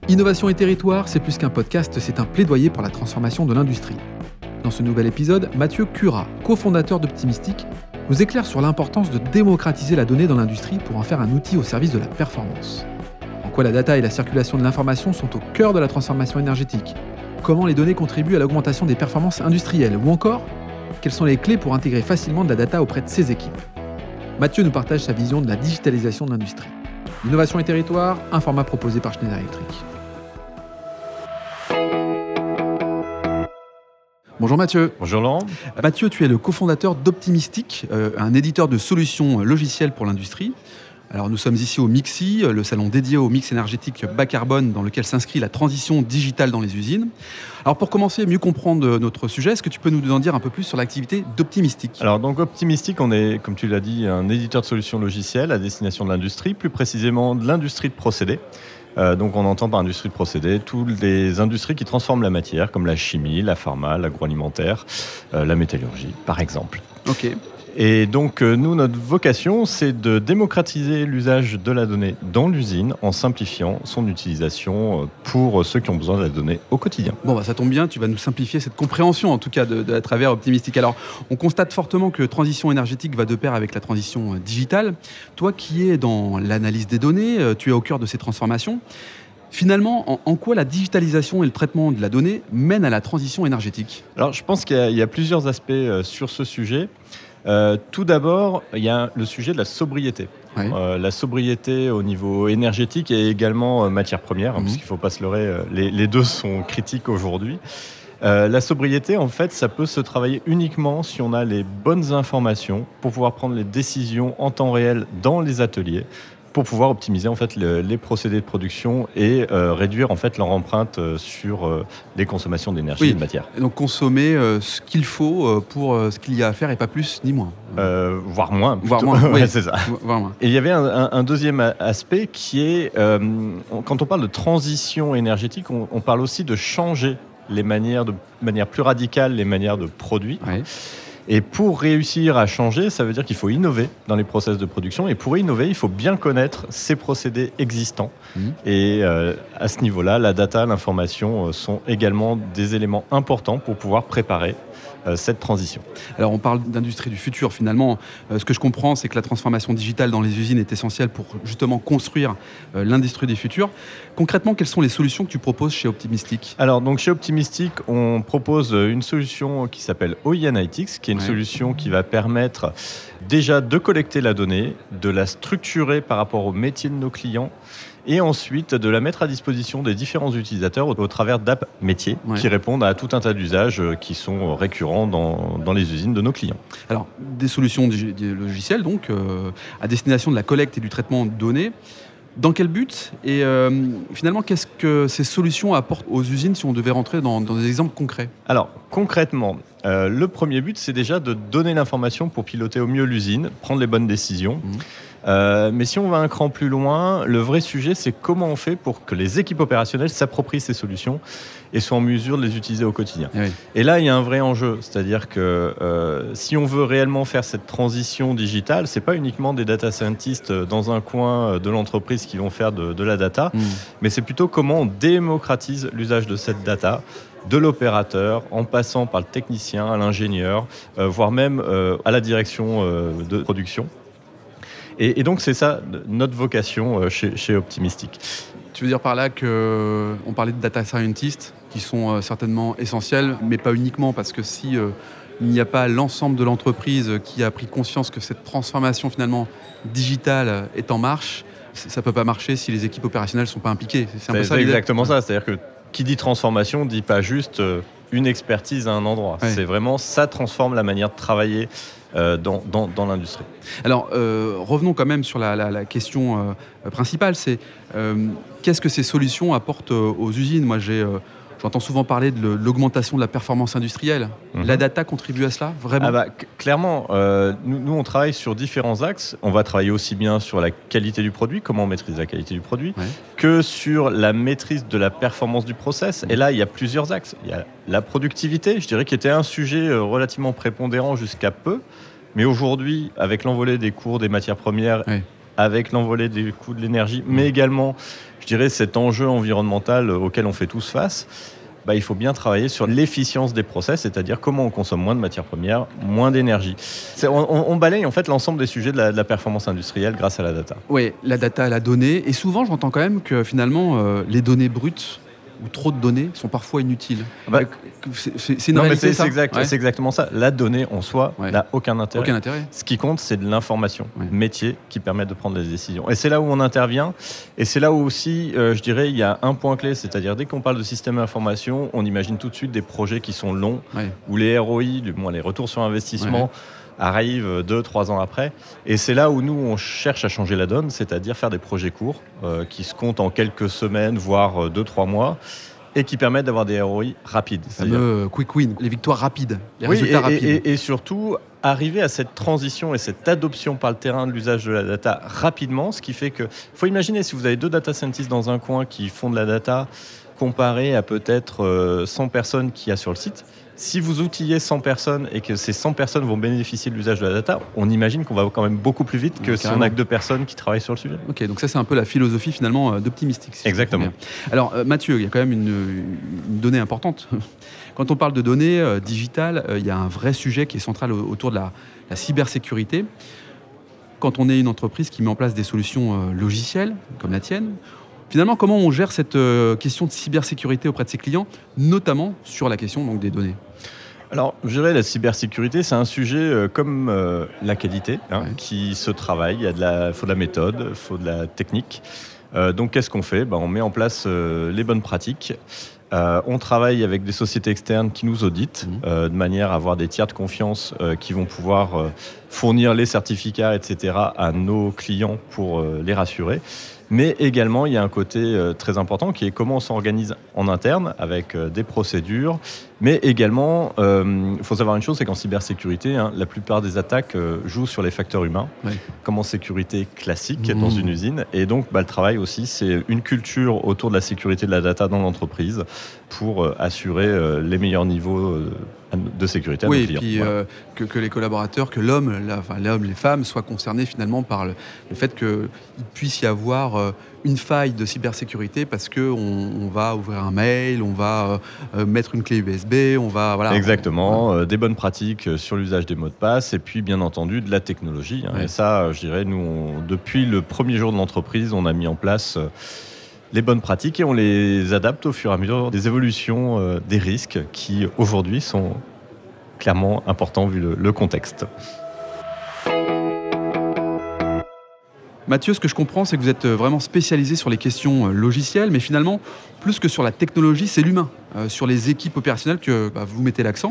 Innovation et territoire, c'est plus qu'un podcast, c'est un plaidoyer pour la transformation de l'industrie. Dans ce nouvel épisode, Mathieu Curat, cofondateur d'Optimistic, nous éclaire sur l'importance de démocratiser la donnée dans l'industrie pour en faire un outil au service de la performance. En quoi la data et la circulation de l'information sont au cœur de la transformation énergétique. Comment les données contribuent à l'augmentation des performances industrielles. Ou encore, quelles sont les clés pour intégrer facilement de la data auprès de ses équipes. Mathieu nous partage sa vision de la digitalisation de l'industrie. Innovation et territoire, un format proposé par Schneider Electric. Bonjour Mathieu. Bonjour Laurent. Mathieu, tu es le cofondateur d'Optimistic, un éditeur de solutions logicielles pour l'industrie. Alors nous sommes ici au MIXI, le salon dédié au mix énergétique bas carbone dans lequel s'inscrit la transition digitale dans les usines. Alors pour commencer, mieux comprendre notre sujet, est-ce que tu peux nous en dire un peu plus sur l'activité d'Optimistic ? Alors donc Optimistic, on est, comme tu l'as dit, un éditeur de solutions logicielles à destination de l'industrie, plus précisément de l'industrie de procédés. Donc on entend par industrie de procédés toutes les industries qui transforment la matière, comme la chimie, la pharma, l'agroalimentaire, la métallurgie, par exemple. Ok. Et donc nous, notre vocation, c'est de démocratiser l'usage de la donnée dans l'usine en simplifiant son utilisation pour ceux qui ont besoin de la donnée au quotidien. Bon, ça tombe bien, tu vas nous simplifier cette compréhension, en tout cas, à travers Optimistic. Alors, on constate fortement que transition énergétique va de pair avec la transition digitale. Toi qui es dans l'analyse des données, tu es au cœur de ces transformations. Finalement, en quoi la digitalisation et le traitement de la donnée mènent à la transition énergétique ? Alors, je pense qu'il y a plusieurs aspects sur ce sujet. Tout d'abord, il y a le sujet de la sobriété. Oui. La sobriété au niveau énergétique et également matière première, parce qu'il ne faut pas se leurrer, les deux sont critiques aujourd'hui. La sobriété, en fait, ça peut se travailler uniquement si on a les bonnes informations pour pouvoir prendre les décisions en temps réel dans les ateliers, pour pouvoir optimiser en fait les procédés de production et réduire en fait leur empreinte sur les consommations d'énergie et de matière. Et donc consommer ce qu'il faut pour ce qu'il y a à faire et pas plus ni moins. Voire moins. Voire moins, oui. Ouais, c'est ça. Voire moins. Et il y avait un deuxième aspect qui est, quand on parle de transition énergétique, on parle aussi de changer de manière plus radicale les manières de produire. Oui. Et pour réussir à changer, ça veut dire qu'il faut innover dans les process de production. Et pour innover, il faut bien connaître ces procédés existants. Et à ce niveau-là, la data, l'information sont également des éléments importants pour pouvoir préparer cette transition. Alors on parle d'industrie du futur finalement. Ce que je comprends, c'est que la transformation digitale dans les usines est essentielle pour justement construire l'industrie du futur. Concrètement, quelles sont les solutions que tu proposes chez Optimistic ? Alors donc chez Optimistic, on propose une solution qui s'appelle OI Analytics, qui est une solution qui va permettre déjà de collecter la donnée, de la structurer par rapport au métier de nos clients, et ensuite de la mettre à disposition des différents utilisateurs au travers d'apps métiers qui répondent à tout un tas d'usages qui sont récurrents dans les usines de nos clients. Alors, des solutions logicielles, donc, à destination de la collecte et du traitement de données. Dans quel but ? Et finalement, qu'est-ce que ces solutions apportent aux usines si on devait rentrer dans des exemples concrets ? Alors, concrètement, le premier but, c'est déjà de donner l'information pour piloter au mieux l'usine, prendre les bonnes décisions. Mais si on va un cran plus loin, le vrai sujet, c'est comment on fait pour que les équipes opérationnelles s'approprient ces solutions et soient en mesure de les utiliser au quotidien. Et là, il y a un vrai enjeu, c'est-à-dire que si on veut réellement faire cette transition digitale, c'est pas uniquement des data scientists dans un coin de l'entreprise qui vont faire de la data, mais c'est plutôt comment on démocratise l'usage de cette data, de l'opérateur, en passant par le technicien, à l'ingénieur, voire même à la direction de production. Et donc, c'est ça notre vocation chez Optimistic. Tu veux dire par là qu'on parlait de data scientists qui sont certainement essentiels, mais pas uniquement, parce que si il n'y a pas l'ensemble de l'entreprise qui a pris conscience que cette transformation finalement digitale est en marche, ça ne peut pas marcher si les équipes opérationnelles ne sont pas impliquées. C'est un peu ça l'idée. Exactement ça, c'est-à-dire que qui dit transformation ne dit pas juste une expertise à un endroit. C'est vraiment, ça transforme la manière de travailler dans l'industrie. Alors, revenons quand même sur la question principale, c'est qu'est-ce que ces solutions apportent aux usines ? Moi, j'entends souvent parler de l'augmentation de la performance industrielle. La data contribue à cela, vraiment ? Clairement, nous, on travaille sur différents axes. On va travailler aussi bien sur la qualité du produit, comment on maîtrise la qualité du produit, que sur la maîtrise de la performance du process. Et là, il y a plusieurs axes. Il y a la productivité, je dirais, qui était un sujet relativement prépondérant jusqu'à peu. Mais aujourd'hui, avec l'envolée des cours des matières premières avec l'envolée des coûts de l'énergie, mais également, je dirais, cet enjeu environnemental auquel on fait tous face, il faut bien travailler sur l'efficience des process, c'est-à-dire comment on consomme moins de matières premières, moins d'énergie. On balaye en fait l'ensemble des sujets de la performance industrielle grâce à la data. Oui, la data, la donnée. Et souvent, j'entends quand même que finalement, les données brutes ou trop de données sont parfois inutiles. C'est une réalité, ça ? C'est exactement ça. La donnée en soi n'a aucun intérêt. Ce qui compte, c'est de l'information métier qui permet de prendre les décisions. Et c'est là où on intervient. Et c'est là où aussi, je dirais, il y a un point clé. C'est-à-dire, dès qu'on parle de système d'information, on imagine tout de suite des projets qui sont longs, où les ROI, du moins les retours sur investissement, arrivent 2-3 ans après. Et c'est là où nous, on cherche à changer la donne, c'est-à-dire faire des projets courts qui se comptent en quelques semaines, voire 2-3 mois, et qui permettent d'avoir des ROI rapides. Le fameux quick win, les victoires rapides, les résultats rapides. Et surtout, arriver à cette transition et cette adoption par le terrain de l'usage de la data rapidement, ce qui fait que, faut imaginer, si vous avez 2 data scientists dans un coin qui font de la data, comparé à peut-être 100 personnes qu'il y a sur le site, si vous outillez 100 personnes et que ces 100 personnes vont bénéficier de l'usage de la data, on imagine qu'on va quand même beaucoup plus vite que si on n'a que 2 personnes qui travaillent sur le sujet. Ok, donc ça c'est un peu la philosophie finalement d'Optimistic. Si exactement. Alors Mathieu, il y a quand même une donnée importante. Quand on parle de données digitales, il y a un vrai sujet qui est central autour de la cybersécurité. Quand on est une entreprise qui met en place des solutions logicielles, comme la tienne, finalement, comment on gère cette question de cybersécurité auprès de ses clients, notamment sur la question donc, des données ? Alors, je dirais la cybersécurité, c'est un sujet comme la qualité, qui se travaille. Il faut de la méthode, il faut de la technique. Donc, qu'est-ce qu'on fait ? On met en place les bonnes pratiques. On travaille avec des sociétés externes qui nous auditent, de manière à avoir des tiers de confiance qui vont pouvoir fournir les certificats, etc., à nos clients pour les rassurer. Mais également, il y a un côté très important qui est comment on s'organise en interne avec des procédures. Mais également, il faut savoir une chose, c'est qu'en cybersécurité, la plupart des attaques jouent sur les facteurs humains, comme en sécurité classique dans une usine. Et donc, le travail aussi, c'est une culture autour de la sécurité de la data dans l'entreprise pour assurer les meilleurs niveaux de sécurité à nos clients. Oui, et puis que les collaborateurs, que l'homme, les femmes soient concernés finalement par le fait qu'il puisse y avoir une faille de cybersécurité parce qu'on va ouvrir un mail, on va mettre une clé USB, on va... Voilà, exactement, des bonnes pratiques sur l'usage des mots de passe et puis bien entendu de la technologie. Et ça, je dirais, nous, depuis le premier jour de l'entreprise, on a mis en place... les bonnes pratiques et on les adapte au fur et à mesure des évolutions des risques qui aujourd'hui sont clairement importants vu le contexte. Mathieu, ce que je comprends, c'est que vous êtes vraiment spécialisé sur les questions logicielles, mais finalement, plus que sur la technologie, c'est l'humain, sur les équipes opérationnelles que vous mettez l'accent.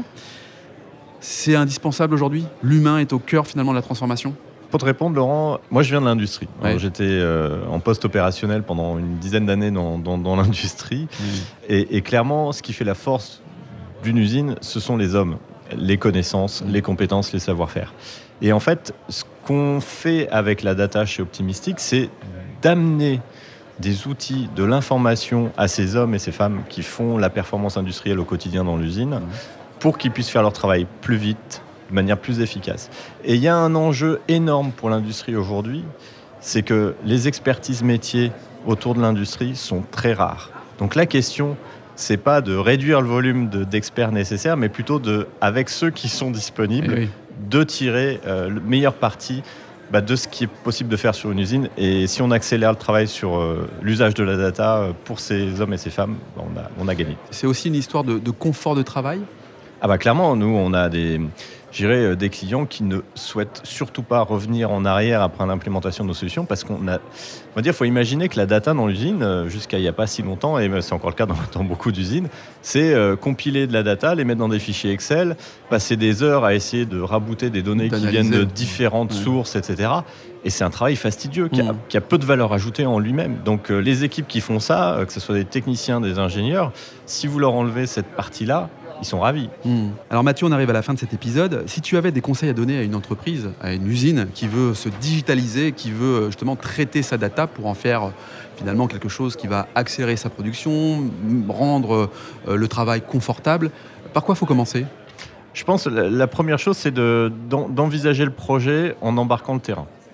C'est indispensable aujourd'hui ? L'humain est au cœur finalement de la transformation ? Pour te répondre, Laurent, moi je viens de l'industrie. J'étais en poste opérationnel pendant une dizaine d'années dans l'industrie. Et clairement, ce qui fait la force d'une usine, ce sont les hommes, les connaissances, les compétences, les savoir-faire. Et en fait, ce qu'on fait avec la data chez Optimistic, c'est d'amener des outils, de l'information à ces hommes et ces femmes qui font la performance industrielle au quotidien dans l'usine pour qu'ils puissent faire leur travail plus vite, de manière plus efficace. Et il y a un enjeu énorme pour l'industrie aujourd'hui, c'est que les expertises métiers autour de l'industrie sont très rares. Donc la question, c'est pas de réduire le volume d'experts nécessaires, mais plutôt avec ceux qui sont disponibles, de tirer le meilleur parti de ce qui est possible de faire sur une usine. Et si on accélère le travail sur l'usage de la data pour ces hommes et ces femmes, on a gagné. C'est aussi une histoire de confort de travail ? Clairement, nous, on a des clients qui ne souhaitent surtout pas revenir en arrière après l'implémentation de nos solutions parce il faut imaginer que la data dans l'usine, jusqu'à il n'y a pas si longtemps, et c'est encore le cas dans beaucoup d'usines, c'est compiler de la data, les mettre dans des fichiers Excel, passer des heures à essayer de rabooter des données qui viennent de différentes sources, etc. Et c'est un travail fastidieux qui a peu de valeur ajoutée en lui-même. Donc les équipes qui font ça, que ce soit des techniciens, des ingénieurs, si vous leur enlevez cette partie-là, ils sont ravis. Alors Mathieu, on arrive à la fin de cet épisode. Si tu avais des conseils à donner à une entreprise, à une usine qui veut se digitaliser, qui veut justement traiter sa data pour en faire finalement quelque chose qui va accélérer sa production, rendre le travail confortable, par quoi il faut commencer ? Je pense que la première chose, c'est d'envisager le projet en embarquant le terrain.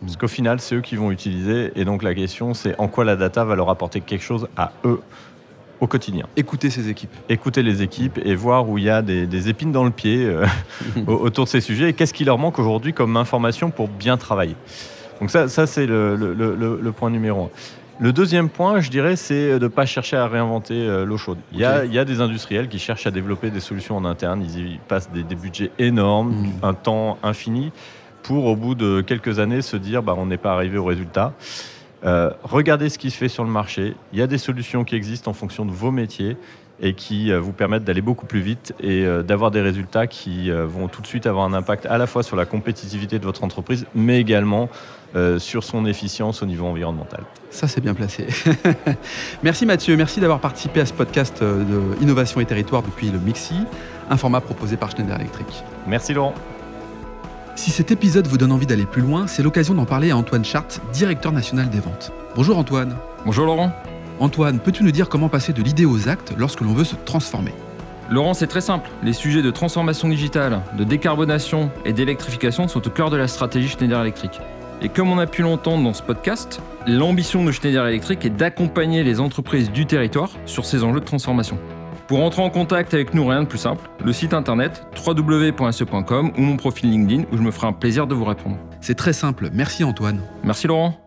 Parce qu'au final, c'est eux qui vont utiliser. Et donc la question, c'est en quoi la data va leur apporter quelque chose à eux au quotidien. Écoutez ces équipes. Écouter les équipes et voir où il y a des épines dans le pied autour de ces sujets. Et qu'est-ce qui leur manque aujourd'hui comme information pour bien travailler. Donc ça c'est le point numéro 1. Le deuxième point, je dirais, c'est de ne pas chercher à réinventer l'eau chaude. Il y a des industriels qui cherchent à développer des solutions en interne. Ils y passent des budgets énormes, un temps infini, pour au bout de quelques années se dire on n'est pas arrivé au résultat. Regardez ce qui se fait sur le marché. Il y a des solutions qui existent en fonction de vos métiers et qui vous permettent d'aller beaucoup plus vite et d'avoir des résultats qui vont tout de suite avoir un impact à la fois sur la compétitivité de votre entreprise, mais également sur son efficience au niveau environnemental. Ça, c'est bien placé. Merci Mathieu, merci d'avoir participé à ce podcast de Innovation et Territoire depuis le MIXI, un format proposé par Schneider Electric. Merci Laurent. Si cet épisode vous donne envie d'aller plus loin, c'est l'occasion d'en parler à Antoine Chart, directeur national des ventes. Bonjour Antoine. Bonjour Laurent. Antoine, peux-tu nous dire comment passer de l'idée aux actes lorsque l'on veut se transformer ? Laurent, c'est très simple. Les sujets de transformation digitale, de décarbonation et d'électrification sont au cœur de la stratégie Schneider Electric. Et comme on a pu l'entendre dans ce podcast, l'ambition de Schneider Electric est d'accompagner les entreprises du territoire sur ces enjeux de transformation. Pour entrer en contact avec nous, rien de plus simple, le site internet www.se.com ou mon profil LinkedIn où je me ferai un plaisir de vous répondre. C'est très simple, merci Antoine. Merci Laurent.